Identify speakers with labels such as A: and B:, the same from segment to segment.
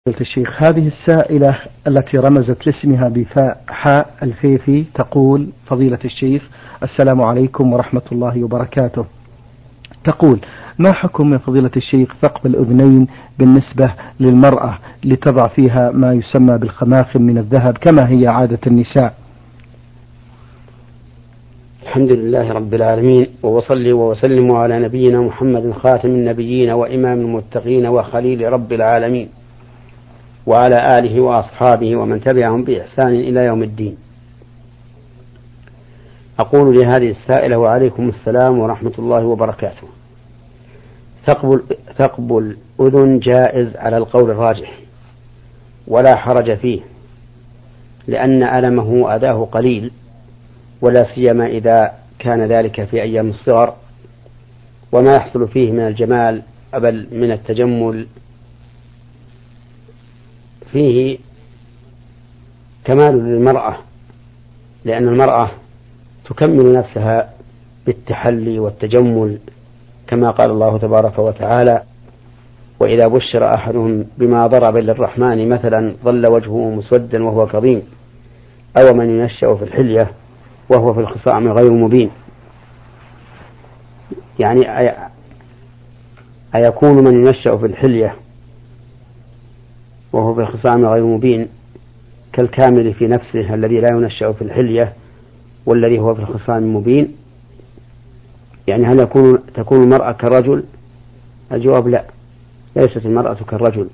A: الشيخ، هذه السائلة التي رمزت لاسمها بفاء حاء الفيفي تقول: فضيلة الشيخ، السلام عليكم ورحمة الله وبركاته. تقول: ما حكم من فضيلة الشيخ ثقب الأذنين بالنسبة للمرأة لتضع فيها ما يسمى بالخماخم من الذهب كما هي عادة النساء؟
B: الحمد لله رب العالمين، وصلي وسلم على نبينا محمد خاتم النبيين وإمام المتقين وخليل رب العالمين، وعلى آله وأصحابه ومن تبعهم بإحسان إلى يوم الدين. أقول لهذه السائلة: وعليكم السلام ورحمة الله وبركاته. ثقب الأذن جائز على القول الراجح ولا حرج فيه، لأن ألمه أداه قليل، ولا سيما إذا كان ذلك في أيام الصغر، وما يحصل فيه من الجمال بل من التجمل فيه كمال للمرأة، لأن المرأة تكمل نفسها بالتحلي والتجمل، كما قال الله تبارك وتعالى: وإذا بشر أحدهم بما ضرب للرحمن مثلا ظل وجهه مسودا وهو كظيم أو من ينشأ في الحلية وهو في الخصام غير مبين. يعني أيكون من ينشأ في الحلية وهو في الخصام غير مبين كالكامل في نفسه الذي لا ينشأ في الحلية والذي هو في الخصام مبين؟ يعني هل تكون المرأة كالرجل؟ الجواب: لا، ليست المرأة كالرجل،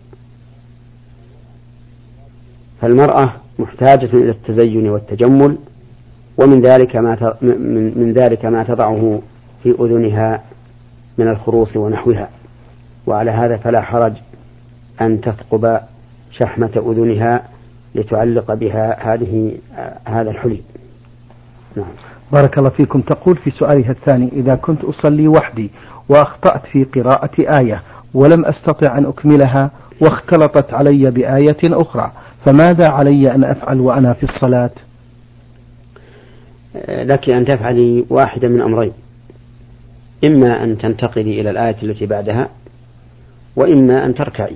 B: فالمرأة محتاجة إلى التزين والتجمل، ومن ذلك ما تضعه في أذنها من الخروص ونحوها. وعلى هذا فلا حرج أن تثقب شحمة أذنها لتعلق بها هذا الحلي. نعم.
A: بارك الله فيكم. تقول في سؤالها الثاني: إذا كنت أصلي وحدي وأخطأت في قراءة آية ولم أستطع أن أكملها واختلطت علي بآية أخرى، فماذا علي أن أفعل وأنا في الصلاة؟
B: لك أن تفعلي واحدة من أمرين: إما أن تنتقلي إلى الآية التي بعدها، وإما أن تركعي،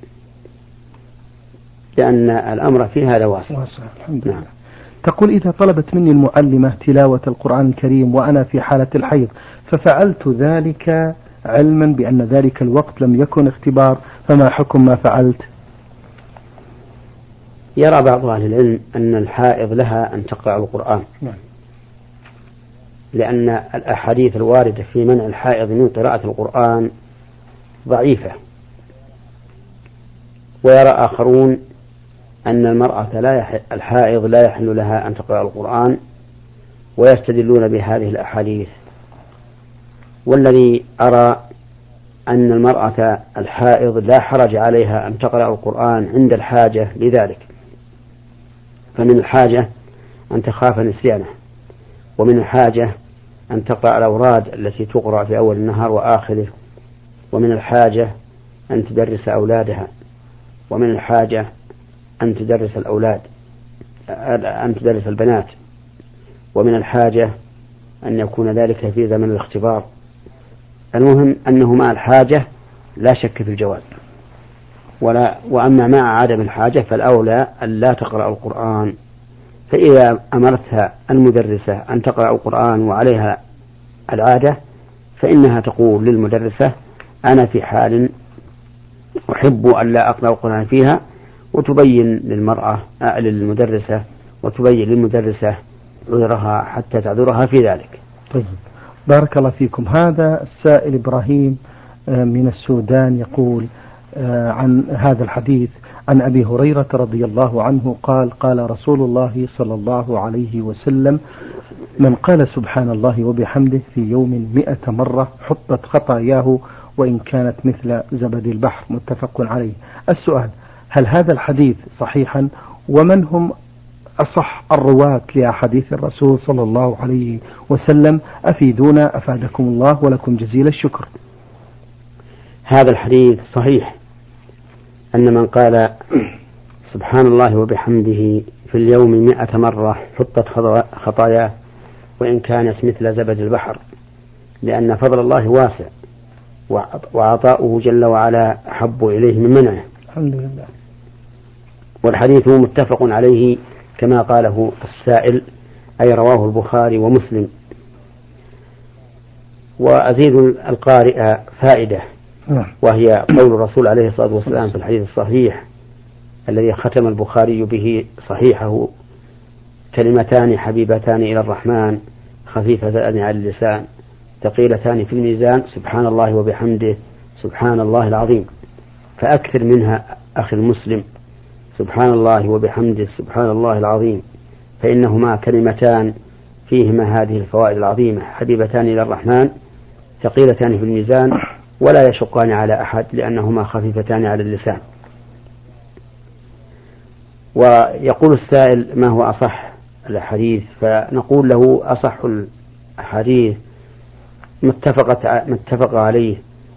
B: لأن الأمر في هذا واسع.
A: الحمد لله. تقول: إذا طلبت مني المعلمة تلاوة القرآن الكريم وأنا في حالة الحيض ففعلت ذلك علما بأن ذلك الوقت لم يكن اختبار، فما حكم ما فعلت؟
B: يرى بعض أهل العلم أن الحائض لها أن تقرأ القرآن، لأن الأحاديث الواردة في منع الحائض من قراءة القرآن ضعيفة. ويرى آخرون أن المرأة الحائض لا يحل لها أن تقرأ القرآن، ويستدلون بهذه الأحاديث. والذي أرى أن المرأة الحائض لا حرج عليها أن تقرأ القرآن عند الحاجة لذلك، فمن الحاجة أن تخاف نسيانه، ومن الحاجة أن تقرأ الأوراد التي تقرأ في أول النهار وآخره، ومن الحاجة أن تدرس أولادها، ومن الحاجة أن تدرس البنات، ومن الحاجة أن يكون ذلك في زمن الاختبار. المهم أنه مع الحاجة لا شك في الجواز، وأما مع عدم الحاجة فالأولى أن لا تقرأ القرآن. فإذا أمرتها المدرسة أن تقرأ القرآن وعليها العادة، فإنها تقول للمدرسة: أنا في حال أحب أن لا أقرأ القرآن فيها، وتبين للمدرسة عذرها حتى تعذرها في ذلك.
A: طيب، بارك الله فيكم. هذا السائل إبراهيم من السودان يقول عن هذا الحديث عن أبي هريرة رضي الله عنه قال: قال رسول الله صلى الله عليه وسلم: من قال سبحان الله وبحمده في يوم 100 مرة حطت خطاياه وإن كانت مثل زبد البحر. متفق عليه. السؤال: هل هذا الحديث صحيحا؟ ومن هم أصح الرواة لأحاديث الرسول صلى الله عليه وسلم؟ أفيدونا أفادكم الله ولكم جزيل الشكر.
B: هذا الحديث صحيح، أن من قال سبحان الله وبحمده في اليوم 100 مرة حطت خطاياه وإن كانت مثل زبد البحر، لأن فضل الله واسع وعطاؤه جل وعلا أحب إليه من منعه.
A: الحمد لله.
B: والحديث متفق عليه كما قاله السائل، أي رواه البخاري ومسلم. وأزيد القارئ فائدة، وهي قول الرسول عليه الصلاة والسلام في الحديث الصحيح الذي ختم البخاري به صحيحه: كلمتان حبيبتان إلى الرحمن خفيفتان على اللسان ثقيلتان في الميزان سبحان الله وبحمده سبحان الله العظيم. فأكثر منها أخي المسلم، سبحان الله وبحمده سبحان الله العظيم، فإنهما كلمتان فيهما هذه الفوائد العظيمة: حبيبتان إلى الرحمن ثقيلتان في الميزان ولا يشقان على أحد لأنهما خفيفتان على اللسان. ويقول السائل: ما هو أصح الحديث؟ فنقول له: أصح الحديث ما اتفق عليه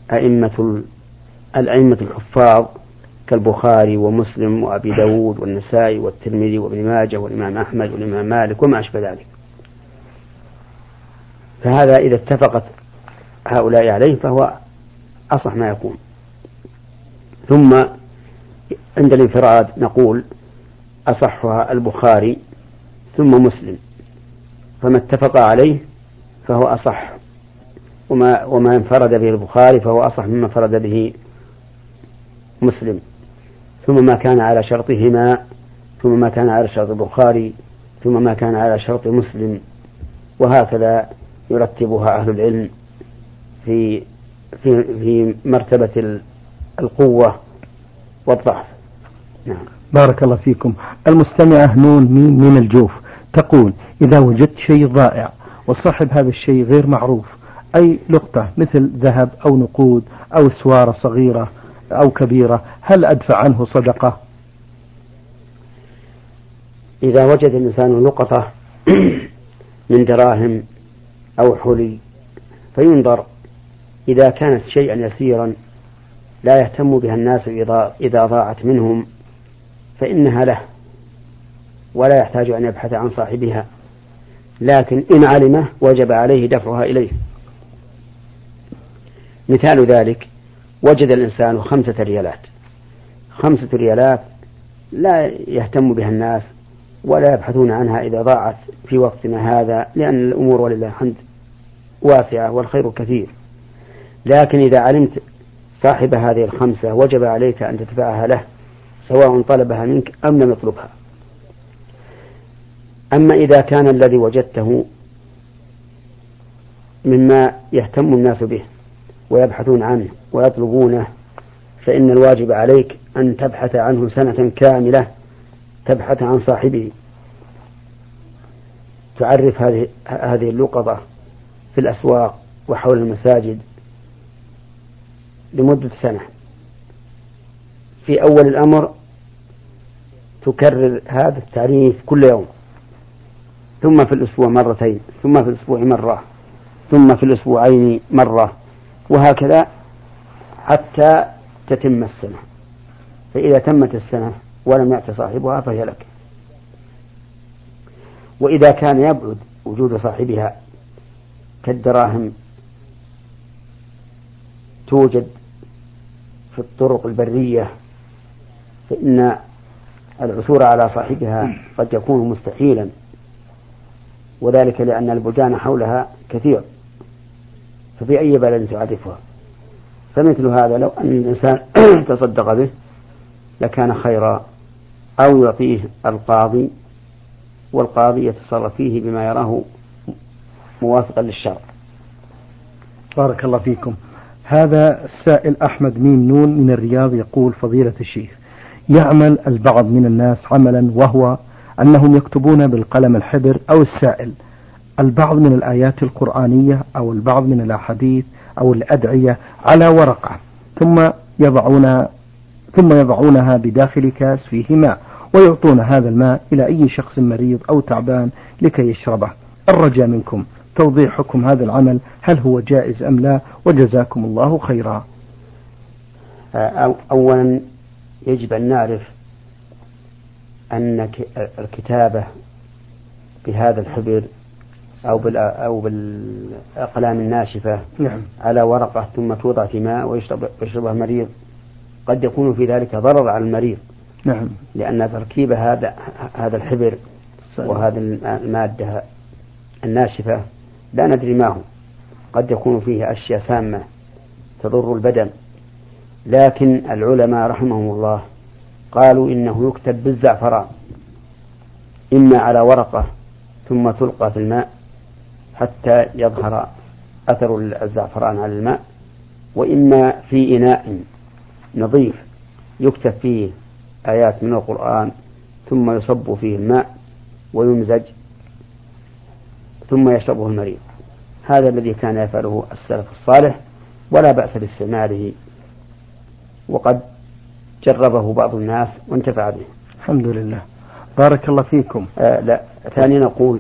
B: الأئمة الحفاظ كالبخاري ومسلم وأبي داود والنسائي والترمذي وابن ماجه والإمام أحمد والإمام مالك وما أشبه ذلك. فهذا إذا اتفقت هؤلاء عليه فهو أصح ما يكون. ثم عند الانفراد نقول: أصحها البخاري ثم مسلم، فما اتفق عليه فهو أصح، وما انفرد به البخاري فهو أصح مما انفرد به مسلم، ثم ما كان على شرطهما، ثم ما كان على شرط البخاري، ثم ما كان على شرط مسلم، وهكذا يرتبها أهل العلم في مرتبة القوة والضعف. نعم.
A: بارك الله فيكم. المستمعة نون من الجوف تقول: إذا وجدت شيء ضائع وصاحب هذا الشيء غير معروف، أي لقطة مثل ذهب أو نقود أو سوارة صغيرة أو كبيرة، هل أدفع عنه صدقة؟
B: إذا وجد الإنسان لقطة من دراهم أو حلي فينظر، إذا كانت شيئا يسيرا لا يهتم بها الناس إذا ضاعت منهم فإنها له ولا يحتاج أن يبحث عن صاحبها، لكن إن علمه وجب عليه دفعها إليه. مثال ذلك: وجد الإنسان 5 ريالات، 5 ريالات لا يهتم بها الناس ولا يبحثون عنها إذا ضاعت في وقتنا هذا، لأن الأمور ولله الحمد واسعة والخير كثير. لكن إذا علمت صاحب هذه 5 وجب عليك أن تدفعها له سواء طلبها منك أم لم يطلبها. أما إذا كان الذي وجدته مما يهتم الناس به ويبحثون عنه ويطلبونه فإن الواجب عليك أن تبحث عنه سنة كاملة، تبحث عن صاحبه، تعرف هذه اللقطة في الأسواق وحول المساجد لمدة سنة. في أول الأمر تكرر هذا التعريف كل يوم، ثم في الأسبوع مرتين، ثم في الأسبوع مرة، ثم في الأسبوعين مرة، وهكذا حتى تتم السنة. فإذا تمت السنة ولم يأت صاحبها فهي لك. وإذا كان يبعد وجود صاحبها كالدراهم توجد في الطرق البرية فإن العثور على صاحبها قد يكون مستحيلا، وذلك لأن البلدان حولها كثير، ففي أي بلد تعرفها. فمثل هذا لو أن الإنسان تصدق به لكان خيرا، أو يعطيه القاضي والقاضي يتصرف فيه بما يراه موافقا للشرع.
A: بارك الله فيكم. هذا السائل أحمد ميم نون من الرياض يقول: فضيلة الشيخ، يعمل البعض من الناس عملا وهو أنهم يكتبون بالقلم الحبر أو السائل البعض من الآيات القرآنية أو البعض من الأحاديث أو الأدعية على ورقة ثم يضعونها بداخل كاس فيه ماء ويعطون هذا الماء إلى أي شخص مريض أو تعبان لكي يشربه. الرجاء منكم توضيح حكم هذا العمل، هل هو جائز أم لا؟ وجزاكم الله خيرا.
B: أولا يجب أن نعرف أن الكتابة بهذا الحبر أو بالأقلام الناشفة على ورقة ثم توضع في ماء ويشربها المريض قد يكون في ذلك ضرر على المريض،
A: نعم.
B: لأن تركيب هذا الحبر وهذه المادة الناشفة لا ندري ما هو، قد يكون فيه أشياء سامة تضر البدن، لكن العلماء رحمهم الله قالوا إنه يكتب بالزعفران، إما على ورقة ثم تلقى في الماء حتى يظهر أثر الزعفران على الماء، وإما في إناء نظيف يكتب فيه آيات من القرآن ثم يصب فيه الماء ويمزج ثم يشربه المريض. هذا الذي كان يفعله السلف الصالح، ولا بأس باستعماله، وقد جربه بعض الناس وانتفع به.
A: الحمد لله. بارك الله فيكم.
B: لا، ثانيا نقول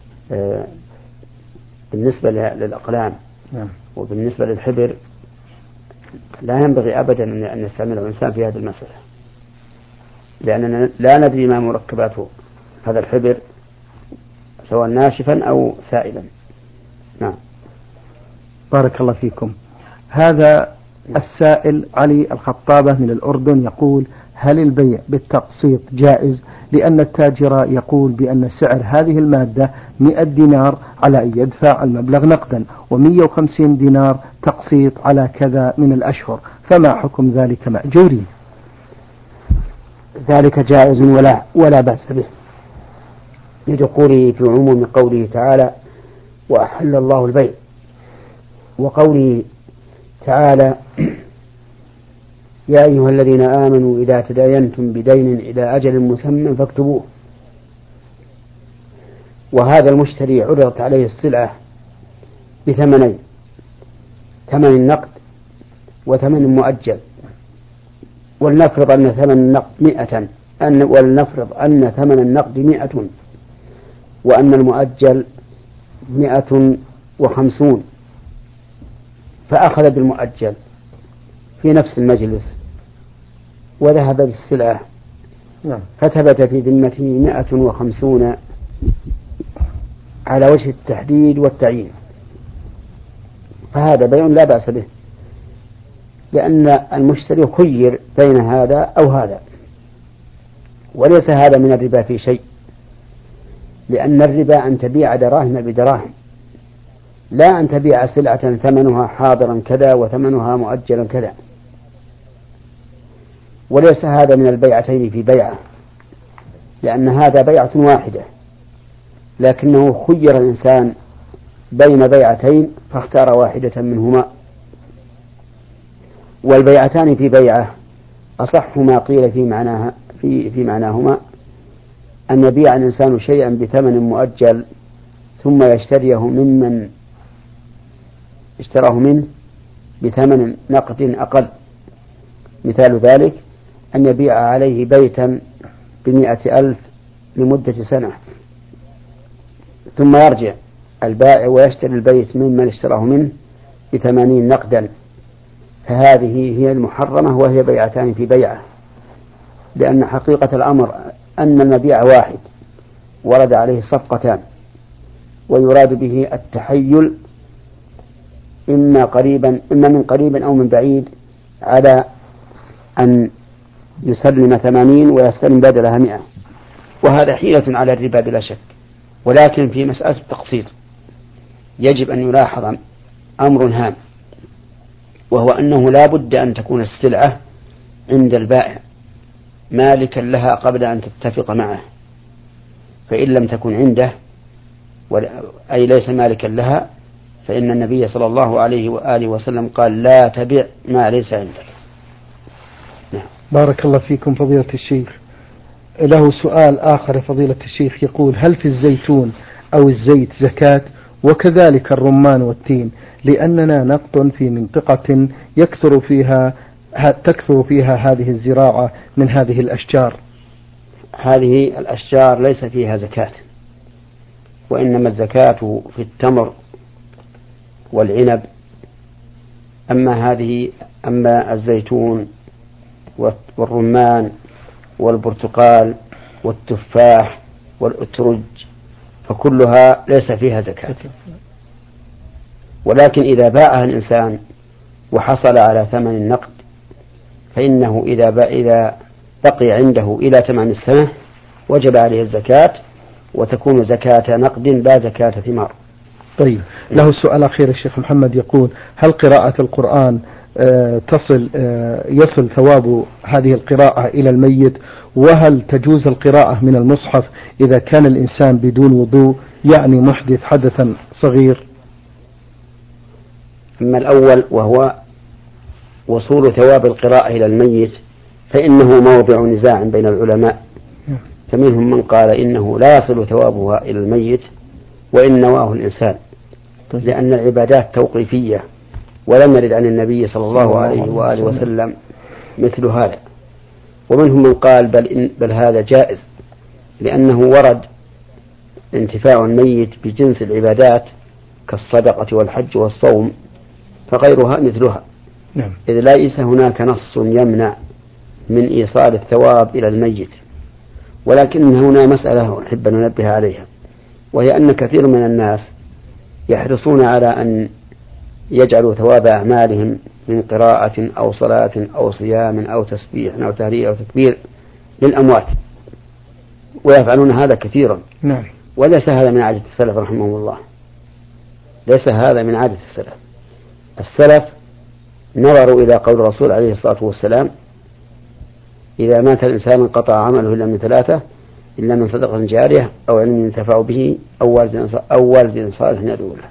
B: بالنسبة للأقلام وبالنسبة للحبر لا ينبغي أبدا أن يستعمله الإنسان في هذه المسألة، لأننا لا ندري ما مركبات هذا الحبر سواء ناشفا أو سائلا. نعم.
A: بارك الله فيكم. هذا السائل علي الخطابة من الأردن يقول: هل البيع بالتقسيط جائز؟ لأن التاجر يقول بأن سعر هذه المادة 100 دينار على أن يدفع المبلغ نقدا، و150 دينار تقسيط على كذا من الأشهر، فما حكم ذلك مأجورين؟
B: ذلك جائز ولا بأس به، لدخوله في عموم قوله تعالى: وأحل الله البيع، وقوله تعالى: يا أيها الذين آمنوا إذا تداينتم بدين إلى أجل مسمى فاكتبوه. وهذا المشتري عرضت عليه السلعة بثمنين: ثمن النقد وثمن مؤجل، ولنفرض أن ثمن النقد 100 وأن المؤجل 150، فأخذ بالمؤجل في نفس المجلس وذهب بالسلعة، فثبت في ذمته 150 على وجه التحديد والتعيين، فهذا بيع لا بأس به، لأن المشتري خير بين هذا أو هذا، وليس هذا من الربا في شيء، لأن الربا أن تبيع دراهم بدراهم، لا أن تبيع سلعة ثمنها حاضرا كذا وثمنها مؤجلا كذا. وليس هذا من البيعتين في بيعة، لأن هذا بيعة واحدة، لكنه خير الإنسان بين بيعتين فاختار واحدة منهما. والبيعتان في بيعة أصح ما قيل في معناهما أن يبيع الإنسان شيئا بثمن مؤجل ثم يشتريه ممن اشتراه منه بثمن نقد أقل. مثال ذلك أن يبيع عليه بيتا ب100,000 لمدة سنة، ثم يرجع البائع ويشتري البيت ممن اشتراه منه ب80 نقدا، فهذه هي المحرمة، وهي بيعتان في بيعة، لأن حقيقة الأمر أن المبيع واحد ورد عليه صفقتان، ويراد به التحيل إما من قريب أو من بعيد على أن يسلم 80 ويستلم بدلها 100، وهذا حيلة على الربا بلا شك. ولكن في مسألة التقسيط يجب أن يلاحظ أمر هام، وهو أنه لا بد أن تكون السلعة عند البائع مالكا لها قبل أن تتفق معه، فإن لم تكن عنده أي ليس مالكا لها، فإن النبي صلى الله عليه وآله وسلم قال: لا تبع ما ليس عندك. نعم.
A: بارك الله فيكم فضيلة الشيخ. له سؤال آخر فضيلة الشيخ يقول: هل في الزيتون أو الزيت زكاة؟ وكذلك الرمان والتين، لأننا نقطن في منطقة تكثر فيها هذه الزراعة من هذه الأشجار.
B: هذه الأشجار ليس فيها زكاة، وإنما الزكاة في التمر والعنب. أما الزيتون والرمان والبرتقال والتفاح والأترج فكلها ليس فيها زكاة. ولكن إذا باعها الإنسان وحصل على ثمن النقد، فإنه إذا بقي عنده إلى تمام السنة وجب عليه الزكاة، وتكون زكاة نقد لا زكاة ثمار.
A: طيب، له سؤال أخير الشيخ محمد، يقول: هل قراءة القرآن يصل ثواب هذه القراءة إلى الميت؟ وهل تجوز القراءة من المصحف إذا كان الإنسان بدون وضوء، يعني محدث حدثا صغير؟
B: أما الأول وهو وصول ثواب القراءة إلى الميت فإنه موضع نزاع بين العلماء، فمنهم من قال إنه لا يصل ثوابها إلى الميت وإن نواه الإنسان، لأن العبادات توقيفية ولم يرد عن النبي صلى الله عليه وآله وسلم مثل هذا. ومنهم من قال بل هذا جائز، لأنه ورد انتفاع الميت بجنس العبادات كالصدقة والحج والصوم، فغيرها مثلها، إذ ليس هناك نص يمنع من إيصال الثواب إلى الميت. ولكن هنا مسألة أحب أن ننبه عليها، وهي أن كثير من الناس يحرصون على أن يجعلوا ثواب أعمالهم من قراءة أو صلاة أو صيام أو تسبيح أو تهليل أو تكبير للأموات، ويفعلون هذا كثيرا. وليس هذا من عادة السلف رحمهم الله، ليس هذا من عادة السلف. السلف نظروا إلى قول الرسول عليه الصلاة والسلام: إذا مات الإنسان انقطع عمله إلا من ثلاثة، إلا من صدقة جارية أو علم ينتفع به أو والد صالح يدعو له.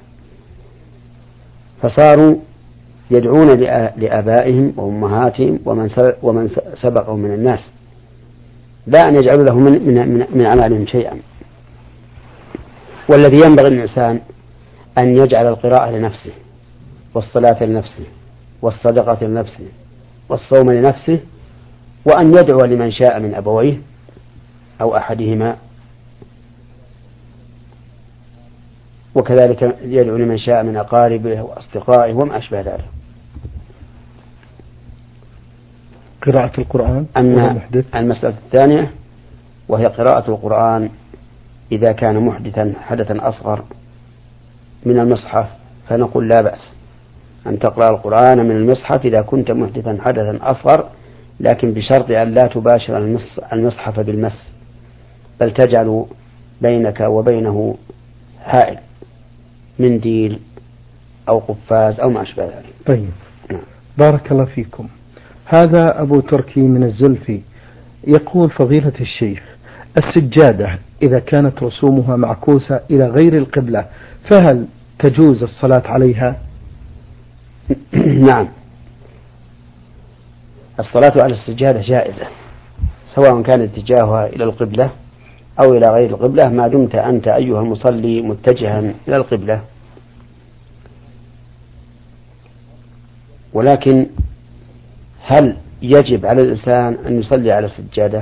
B: فصاروا يدعون لآبائهم وأمهاتهم ومن سبقهم من الناس، لا أن يجعلوا لهم من أعمالهم شيئا. والذي ينبغي الإنسان أن يجعل القراءة لنفسه، والصلاة لنفسه، والصدقة لنفسه، والصوم لنفسه، وأن يدعو لمن شاء من أبويه أو أحدهما، وكذلك يدعو لمن شاء من أقاربه وأصدقائه وما أشبه ذلك.
A: قراءة القرآن.
B: أما المسألة الثانية وهي قراءة القرآن إذا كان محدثا حدثا أصغر من المصحف، فنقول لا بأس أن تقرأ القرآن من المصحف إذا كنت محدثا حدثا أصغر، لكن بشرط أن لا تباشر المصحف بالمس، بل تجعل بينك وبينه حائل، منديل أو قفاز أو ما أشبه ذلك.
A: طيب، بارك الله فيكم. هذا أبو تركي من الزلفي يقول: فضيلة الشيخ، السجادة إذا كانت رسومها معكوسة إلى غير القبلة فهل تجوز الصلاة عليها؟
B: نعم، الصلاة على السجادة جائزة، سواء كان اتجاهها إلى القبلة أو إلى غير القبلة، ما دمت أنت أيها المصلي متجها إلى القبلة. ولكن هل يجب على الإنسان أن يصلي على السجادة،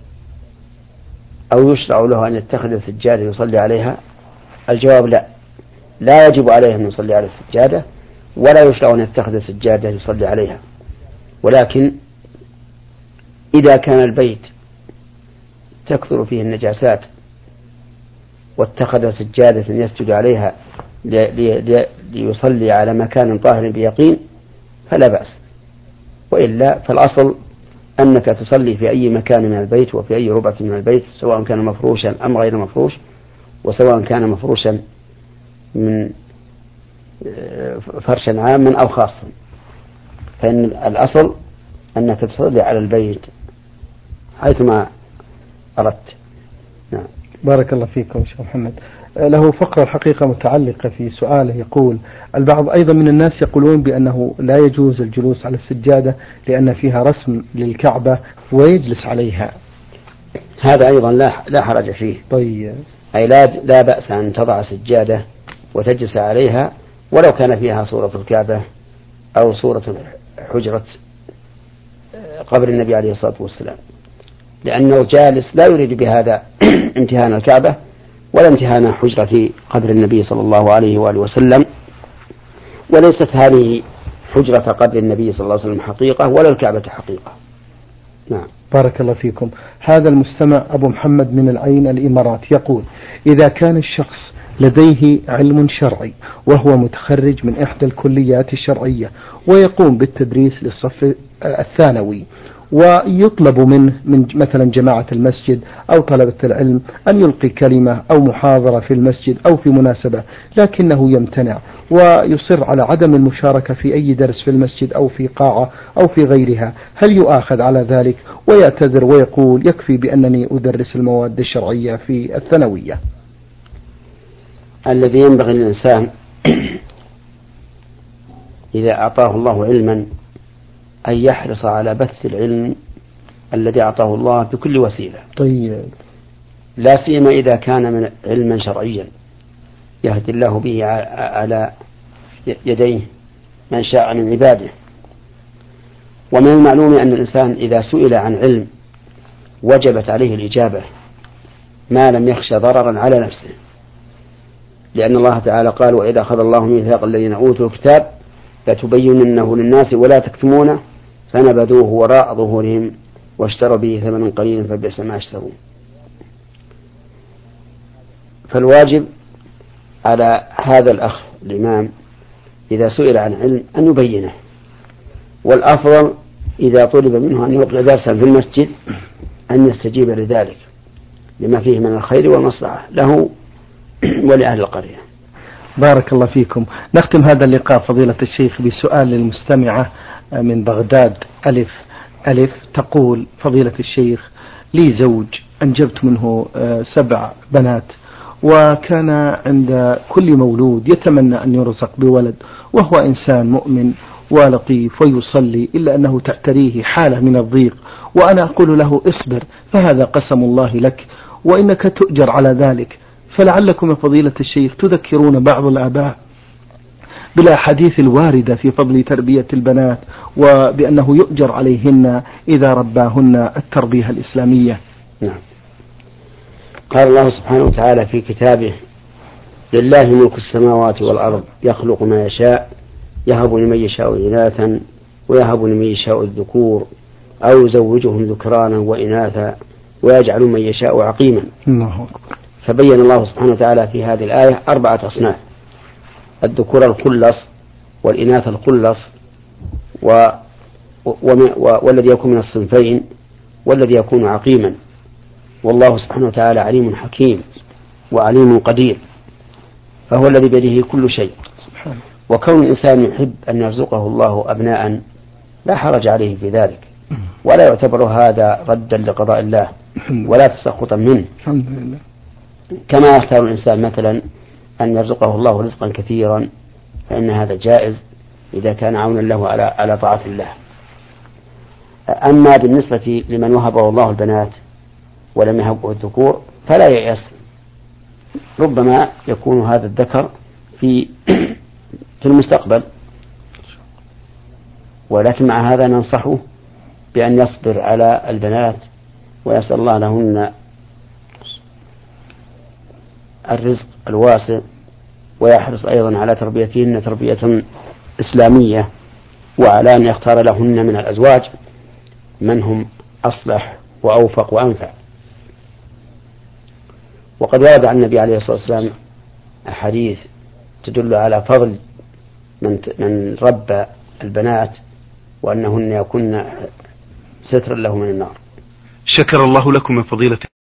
B: أو يشرع له أن يتخذ السجادة يصلي عليها؟ الجواب لا، لا يجب عليه أن يصلي على السجادة، ولا يشرع أن يتخذ السجادة يصلي عليها. ولكن إذا كان البيت تكثر فيه النجاسات واتخذ سجادة يسجد عليها ليصلي على مكان طاهر بيقين فلا بأس، وإلا فالأصل أنك تصلي في أي مكان من البيت وفي أي ربعة من البيت، سواء كان مفروشا أم غير مفروش، وسواء كان مفروشا من فرشا عاما أو خاصا، فإن الأصل أنك تصلي على البيت حيثما أردت. نعم.
A: بارك الله فيكم شيخ محمد. له فقرة الحقيقة متعلقة في سؤاله، يقول: البعض أيضا من الناس يقولون بأنه لا يجوز الجلوس على السجادة لأن فيها رسم للكعبة ويجلس عليها.
B: هذا أيضا لا حرج فيه.
A: طيب.
B: أي لا بأس أن تضع سجادة وتجلس عليها ولو كان فيها صورة الكعبة أو صورة حجرة قبر النبي عليه الصلاة والسلام، لأنه جالس لا يريد بهذا امتهان الكعبة ولا امتهان حجرة قبر النبي صلى الله عليه وآله وسلم، وليست هذه حجرة قبر النبي صلى الله عليه وسلم حقيقة ولا الكعبة حقيقة. نعم.
A: بارك الله فيكم. هذا المستمع أبو محمد من العين الإمارات يقول: إذا كان الشخص لديه علم شرعي وهو متخرج من إحدى الكليات الشرعية ويقوم بالتدريس للصف الثانوي، ويطلب منه من مثلا جماعة المسجد أو طلبة العلم أن يلقي كلمة أو محاضرة في المسجد أو في مناسبة، لكنه يمتنع ويصر على عدم المشاركة في أي درس في المسجد أو في قاعة أو في غيرها، هل يؤاخذ على ذلك ويعتذر ويقول يكفي بأنني أدرس المواد الشرعية في الثانوية؟
B: الذي ينبغي للإنسان إذا أعطاه الله علما أن يحرص على بث العلم الذي أعطاه الله بكل وسيلة.
A: طيب.
B: لا سيما إذا كان من علما شرعيا يهدي الله به على يديه من شاء من عباده. ومن المعلوم أن الإنسان إذا سئل عن علم وجبت عليه الإجابة ما لم يخشى ضررا على نفسه، لأن الله تعالى قال: وإذا أخذ الله ميثاق الذين أوتوا الكتاب لتبيننه للناس ولا تكتمونه فنبذوه وراء ظهورهم واشتروا به ثمنا قليلا فبئس ما اشتروا. فالواجب على هذا الأخ الإمام إذا سئل عن علم أن يبينه، والأفضل إذا طلب منه أن يلقي درسا في المسجد أن يستجيب لذلك لما فيه من الخير والمصلحة له ولأهل القرية.
A: بارك الله فيكم. نختم هذا اللقاء فضيلة الشيخ بسؤال للمستمعة من بغداد ألف تقول: فضيلة الشيخ، لي زوج أنجبت منه 7 بنات، وكان عند كل مولود يتمنى أن يرزق بولد، وهو إنسان مؤمن ولطيف ويصلي، إلا أنه تعتريه حالة من الضيق، وأنا أقول له: اصبر فهذا قسم الله لك وإنك تؤجر على ذلك. فلعلكم يا فضيلة الشيخ تذكرون بعض الآباء بالأحاديث الواردة في فضل تربية البنات وبأنه يؤجر عليهن إذا رباهن التربية الإسلامية.
B: نعم. قال الله سبحانه وتعالى في كتابه: لله ملك السماوات والأرض يخلق ما يشاء يهب لمن يشاء إناثا ويهب لمن يشاء الذكور أو يزوجهم ذكرانا وإناثا ويجعل من يشاء عقيما.
A: الله أكبر.
B: فبين الله سبحانه وتعالى في هذه الآية 4 أصناف: الذكور الخلص والإناث الخلص والذي يكون من الصنفين والذي يكون عقيما. والله سبحانه وتعالى عليم حكيم وعليم قدير، فهو الذي بيده كل شيء. وكون الإنسان يحب أن يرزقه الله أبناء لا حرج عليه في ذلك، ولا يعتبر هذا ردا لقضاء الله ولا تسخطا منه، كما يختار الإنسان مثلا أن يرزقه الله رزقا كثيرا فإن هذا جائز إذا كان عونا له على طاعة الله. أما بالنسبة لمن وهبه الله البنات ولم يهبه الذكور فلا ييأس، ربما يكون هذا الذكر في المستقبل، ولكن مع هذا ننصحه بأن يصبر على البنات ويسأل الله لهن الرزق الواسع، ويحرص أيضا على تربيتهن تربية إسلامية، وعلى أن يختار لهن من الأزواج من هم أصلح وأوفق وأنفع. وقد ورد عن النبي عليه الصلاة والسلام أحاديث تدل على فضل من ربى البنات وأنهن يكن سترا له من النار.
A: شكر الله لكم من فضيلة